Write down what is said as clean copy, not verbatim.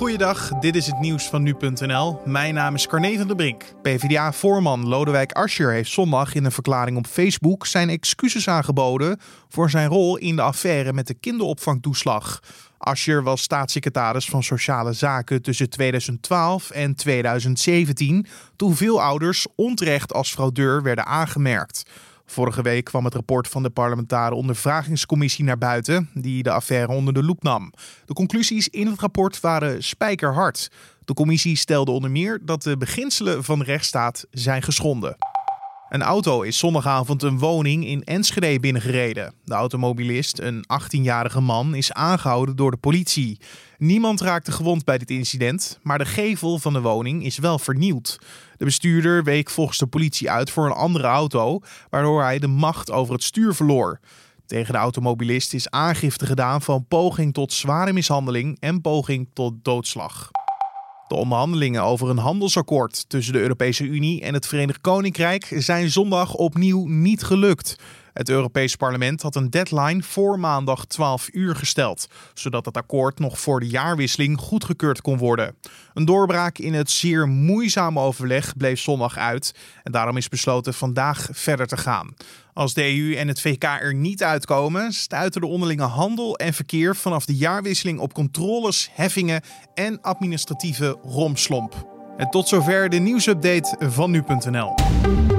Goeiedag, dit is het nieuws van nu.nl. Mijn naam is Carne van der Brink. PvdA-voorman Lodewijk Asscher heeft zondag in een verklaring op Facebook zijn excuses aangeboden voor zijn rol in de affaire met de kinderopvangtoeslag. Asscher was staatssecretaris van Sociale Zaken tussen 2012 en 2017, toen veel ouders onterecht als fraudeur werden aangemerkt. Vorige week kwam het rapport van de parlementaire ondervragingscommissie naar buiten, die de affaire onder de loep nam. De conclusies in het rapport waren spijkerhard. De commissie stelde onder meer dat de beginselen van de rechtsstaat zijn geschonden. Een auto is zondagavond een woning in Enschede binnengereden. De automobilist, een 18-jarige man, is aangehouden door de politie. Niemand raakte gewond bij dit incident, maar de gevel van de woning is wel vernield. De bestuurder week volgens de politie uit voor een andere auto, waardoor hij de macht over het stuur verloor. Tegen de automobilist is aangifte gedaan van poging tot zware mishandeling en poging tot doodslag. De onderhandelingen over een handelsakkoord tussen de Europese Unie en het Verenigd Koninkrijk zijn zondag opnieuw niet gelukt. Het Europees Parlement had een deadline voor maandag 12 uur gesteld, zodat het akkoord nog voor de jaarwisseling goedgekeurd kon worden. Een doorbraak in het zeer moeizame overleg bleef zondag uit en daarom is besloten vandaag verder te gaan. Als de EU en het VK er niet uitkomen, stuiten de onderlinge handel en verkeer vanaf de jaarwisseling op controles, heffingen en administratieve rompslomp. En tot zover de nieuwsupdate van nu.nl.